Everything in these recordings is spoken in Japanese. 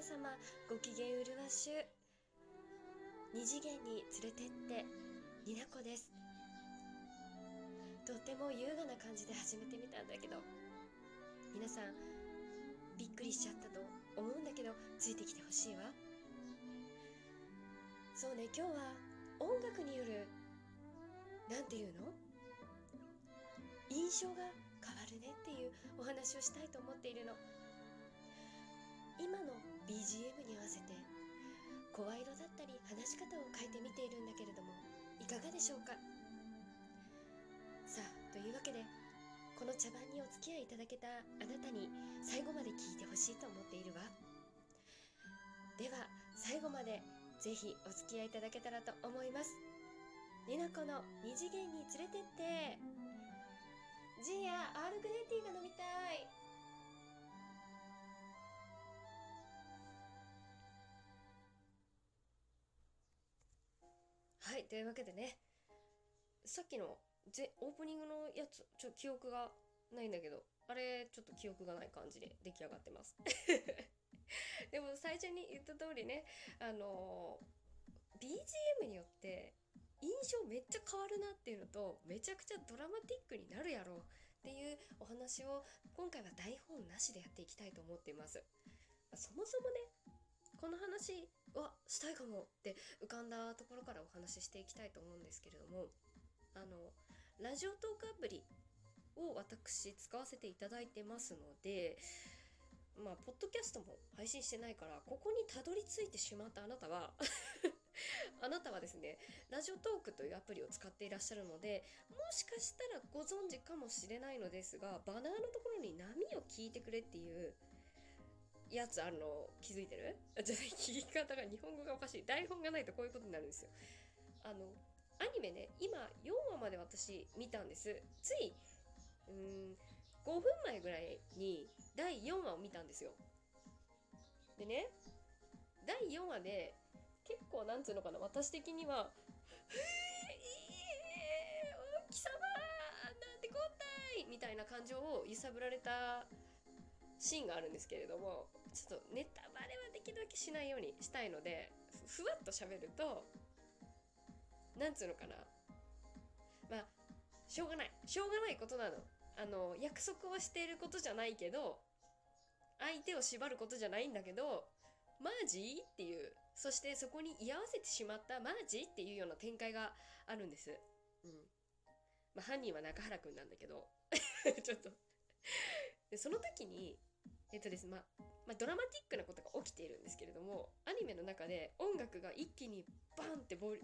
様、ご機嫌うるわしゅ。二次元に連れてってになこです。とても優雅な感じで始めてみたんだけど、皆さんびっくりしちゃったと思うんだけど、ついてきてほしいわ。そうね、今日は音楽による、なんていうの、印象が変わるねっていうお話をしたいと思っているの。今の BGM に合わせて声色だったり話し方を変えてみているんだけれども、いかがでしょうか。さあ、というわけで、この茶番にお付き合いいただけたあなたに最後まで聞いてほしいと思っているわ。では最後までぜひお付き合いいただけたらと思います。になこの二次元に連れてって。ジーヤ、アールグレーティーが飲みたい。はい、というわけでね、さっきのオープニングのやつ記憶がないんだけど、あれちょっと記憶がない感じで出来上がってますでも最初に言った通りね、BGM によって印象めっちゃ変わるなっていうのと、めちゃくちゃドラマティックになるやろうっていうお話を今回は台本なしでやっていきたいと思っています。そもそもね、この話はしたいかもって浮かんだところからお話ししていきたいと思うんですけれども、ラジオトークアプリを私使わせていただいてますので、ポッドキャストも配信してないから、ここにたどり着いてしまったあなたはあなたはですね、ラジオトークというアプリを使っていらっしゃるので、もしかしたらご存知かもしれないのですが、バナーのところに波を聞いてくれっていうやつあるの気づいてる？じゃあ聞き方が、日本語がおかしい。台本がないとこういうことになるんですよ。アニメね、今4話まで私見たんです。つい5分前ぐらいに第4話を見たんですよ。でね、第4話で結構なんつうのかな、私的には貴様なんてこったいみたいな感情を揺さぶられたシーンがあるんですけれども、ちょっとネタバレはできるだけしないようにしたいので、ふわっと喋ると、なんつうのかな、しょうがないことなの。約束をしていることじゃないけど、相手を縛ることじゃないんだけど、マジっていう、そしてそこに居合わせてしまったマジっていうような展開があるんです。うん。犯人は中原くんなんだけどちょっとで、その時にですね、ドラマティックなことが起きているんですけれども、アニメの中で音楽が一気にバンって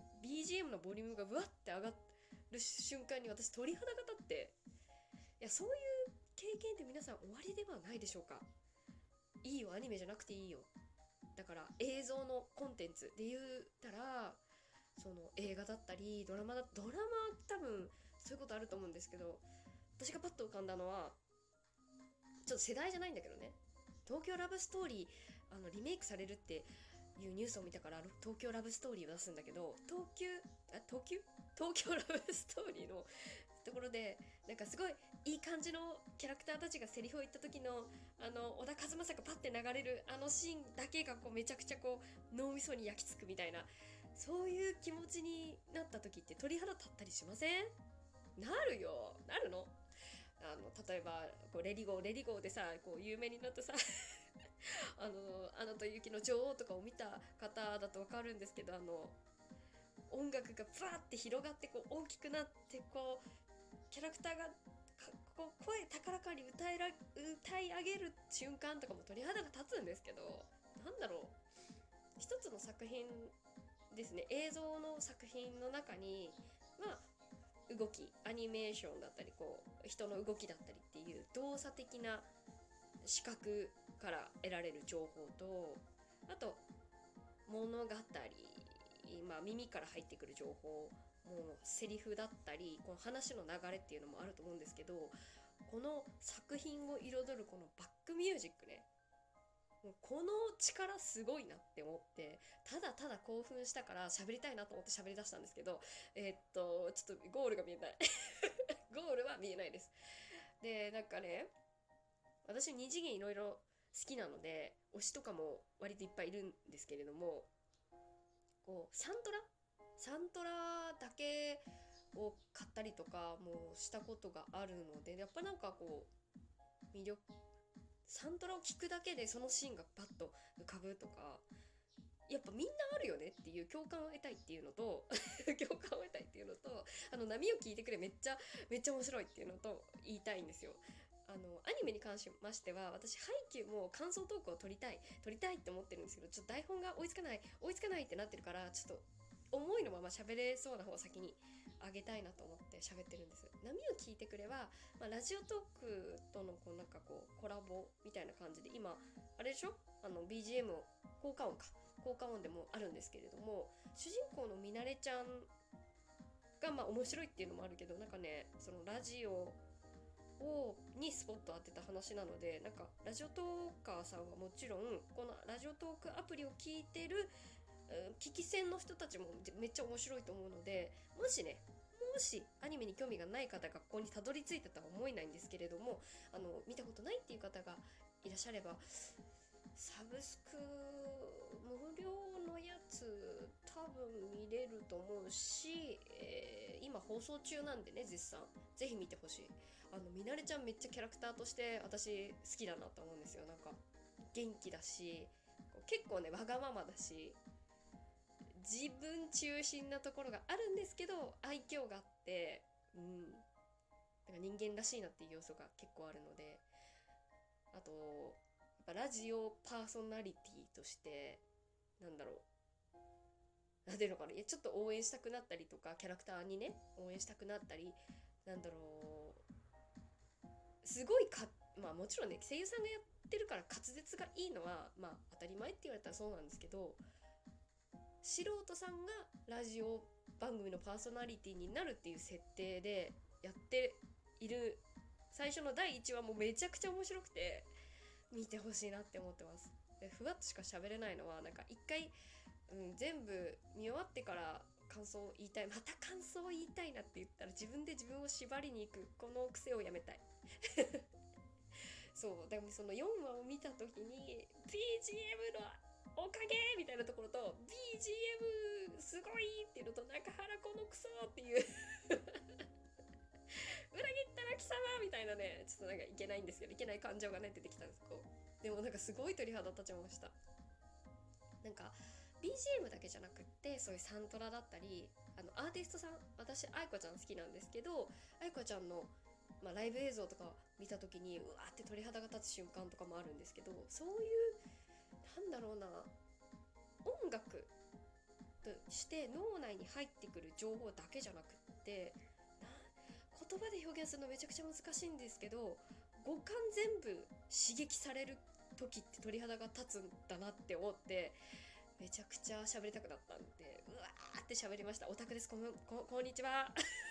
BGM のボリュームがブワッて上がる瞬間に私鳥肌が立って、いや、そういう経験って皆さん終わりではないでしょうか。いいよ、アニメじゃなくていいよ。だから映像のコンテンツで言ったら、その映画だったりドラマは多分そういうことあると思うんですけど、私がパッと浮かんだのは、ちょっと世代じゃないんだけどね、東京ラブストーリーリメイクされるっていうニュースを見たから、東京ラブストーリーを出すんだけど、東京ラブストーリーのところで、なんかすごいいい感じのキャラクターたちがセリフを言った時の小田和正がパッて流れるあのシーンだけがこうめちゃくちゃこう脳みそに焼き付くみたいな、そういう気持ちになった時って鳥肌立ったりしません？なるよ、なるの。例えばこうレディゴーでさ、こう有名になったさアナと雪の女王とかを見た方だと分かるんですけど、音楽がバーって広がってこう大きくなって、こうキャラクターがこう声高らかに歌い上げる瞬間とかも鳥肌が立つんですけど、なんだろう、一つの作品ですね、映像の作品の中に、動き、アニメーションだったり、こう人の動きだったりっていう動作的な視覚から得られる情報と、あと物語、耳から入ってくる情報、もうセリフだったりこの話の流れっていうのもあると思うんですけど、この作品を彩るこのバックミュージックね、もうこの力すごいなって思って、ただただ興奮したから喋りたいなと思って喋り出したんですけど、ちょっとゴールが見えないゴールは見えないです。で、なんかね、私二次元いろいろきなので、推しとかも割といっぱいいるんですけれども、こうサントラだけを買ったりとかもしたことがあるので、やっぱなんかこう魅力、サントラを聴くだけでそのシーンがバッと浮かぶとか、やっぱみんなあるよねっていう共感を得たいっていうのと共感を得たいっていうのと、波を聞いてくれ、めっちゃ面白いっていうのと言いたいんですよ。アニメに関しましては、私ハイキューも感想トークを取りたいって思ってるんですけど、ちょっと台本が追いつかないってなってるから、ちょっと思いのまま喋れそうな方を先にあげたいなと思って喋ってるんです。波を聞いてくれは、ラジオトークとのこうなんかこうコラボみたいな感じで、今あれでしょ、BGM を効果音でもあるんですけれども、主人公のみなれちゃんが面白いっていうのもあるけど、なんかね、そのラジオにスポット当てた話なので、なんかラジオトーカーさんはもちろん、このラジオトークアプリを聞いてる聞き戦の人たちもめっちゃ面白いと思うので、もしアニメに興味がない方がここにたどり着いたとは思えないんですけれども、見たことないっていう方がいらっしゃれば、サブスク無料のやつ多分見れると思うし、今放送中なんでね、絶賛ぜひ見てほしい。みなれちゃんめっちゃキャラクターとして私好きだなと思うんですよ。なんか元気だし、結構ねわがままだし、自分中心なところがあるんですけど愛嬌があって、なんか人間らしいなっていう要素が結構あるので、あとやっぱラジオパーソナリティとして、なんだろう、なんていうのかな、ちょっと応援したくなったりとか、キャラクターにね応援したくなったり、なんだろう、すごいもちろんね、声優さんがやってるから滑舌がいいのは当たり前って言われたらそうなんですけど、素人さんがラジオ番組のパーソナリティになるっていう設定でやっている最初の第1話もめちゃくちゃ面白くて、見てほしいなって思ってます。でふわっとしか喋れないのは、なんか一回、全部見終わってから感想を言いたい、また感想を言いたいなって言ったら自分で自分を縛りに行くこの癖をやめたいそうでもその4話を見た時に BGM のおかげみたいなところと BGM すごいっていうのと、中原このクソっていう裏切ったら貴様みたいなね、ちょっとなんかいけないんですけど、いけない感情がね出てきたんですけど、でもなんかすごい鳥肌立ちました。なんか BGM だけじゃなくって、そういうサントラだったり、アーティストさん、私愛子ちゃん好きなんですけど、愛子ちゃんの、ライブ映像とか見た時にうわーって鳥肌が立つ瞬間とかもあるんですけど、そういうなんだろうな、音楽として脳内に入ってくる情報だけじゃなくって、言葉で表現するのめちゃくちゃ難しいんですけど、五感全部刺激される時って鳥肌が立つんだなって思って、めちゃくちゃ喋りたくなったんで、うわーって喋りました。オタクです。こんにちは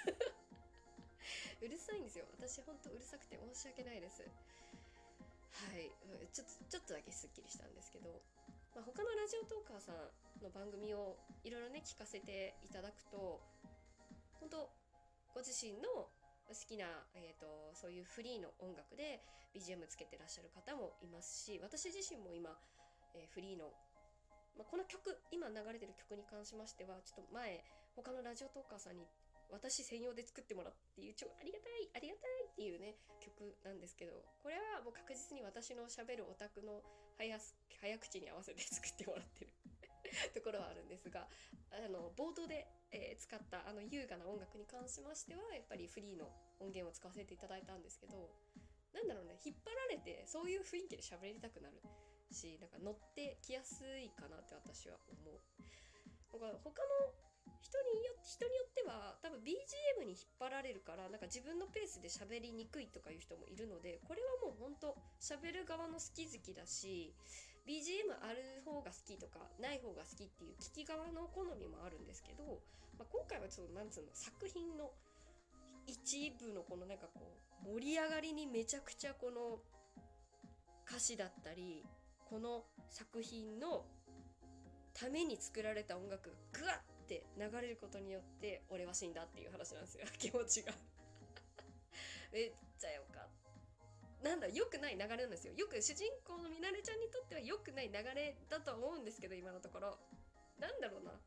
うるさいんですよ私、ほんとうるさくて申し訳ないです。はい、ちょっとだけすっきりしたんですけど、他のラジオトーカーさんの番組をいろいろね聞かせていただくと、本当ご自身の好きな、そういうフリーの音楽で BGM つけてらっしゃる方もいますし、私自身も今、フリーの、この曲、今流れてる曲に関しましては、ちょっと前他のラジオトーカーさんに私専用で作ってもらっていう、ありがたいっていうね曲なんですけど、これはもう確実に私のしゃべるオタクの早口に合わせて作ってもらってるところはあるんですが、冒頭で、使った優雅な音楽に関しましては、やっぱりフリーの音源を使わせていただいたんですけど、なんだろうね、引っ張られてそういう雰囲気で喋りたくなるし、なんか乗ってきやすいかなって私は思う。他の人によっては多分 BGM に引っ張られるから、なんか自分のペースで喋りにくいとかいう人もいるので、これはもうほんと喋る側の好き好きだし、 BGM ある方が好きとかない方が好きっていう聞き側の好みもあるんですけど、今回はちょっとなんつうの、作品の一部のこのなんかこう盛り上がりにめちゃくちゃこの歌詞だったり、この作品のために作られた音楽がグワッって流れることによって俺は死んだっていう話なんですよ気持ちがめっちゃよかった。 なんだ良くない流れなんですよ。よく主人公のみなれちゃんにとっては良くない流れだとは思うんですけど、今のところなんだろうな、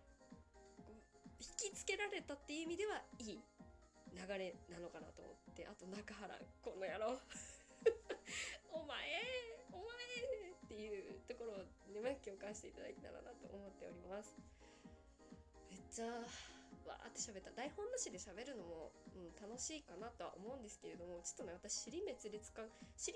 引きつけられたっていう意味ではいい流れなのかなと思って、あと中原この野郎お前っていうところにも共感していただけたらなと思っております。めっちゃわーって喋った。台本なしで喋るのも、楽しいかなとは思うんですけれども、ちょっとね私尻滅裂感が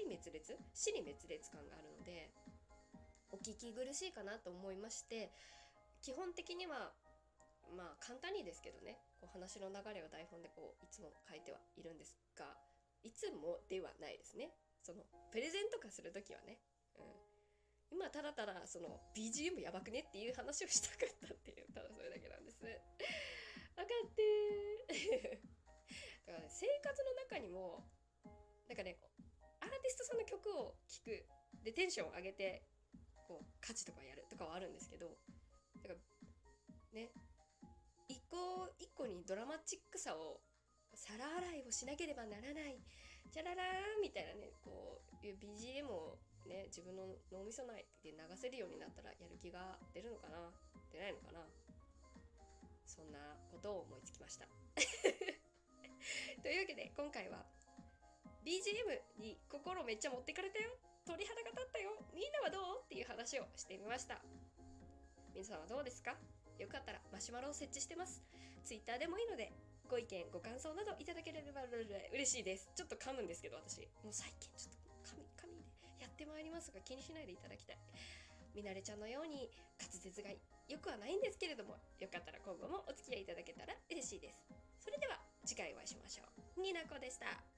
あるのでお聞き苦しいかなと思いまして、基本的にはまあ簡単にですけどね、こう話の流れを台本でこういつも書いてはいるんですが、いつもではないですね。そのプレゼンとかするときはね、今ただただその BGM やばくねっていう話をしたかったっていう、ただそれだけなんです。分かってだから、ね、生活の中にもなんかね、アーティストさんの曲を聴くでテンションを上げてこう家事とかやるとかはあるんですけど、だからね、一個一個にドラマチックさを、皿洗いをしなければならない、チャララーンみたいなね、こういう BGM をね、自分の脳みそ内で流せるようになったらやる気が出るのかな、出ないのかな、そんなことを思いつきましたというわけで今回は BGM に心めっちゃ持ってかれたよ、鳥肌が立ったよ、みんなはどうっていう話をしてみました。皆さんはどうですか？よかったらマシュマロを設置してます。 Twitter でもいいのでご意見ご感想などいただければ嬉しいです。ちょっと噛むんですけど、私もう最近ちょっと噛みでやってまいりますが、気にしないでいただきたい。みなれちゃんのように滑舌がよくはないんですけれども、よかったら今後もお付き合いいただけたら嬉しいです。それでは次回お会いしましょう。になこでした。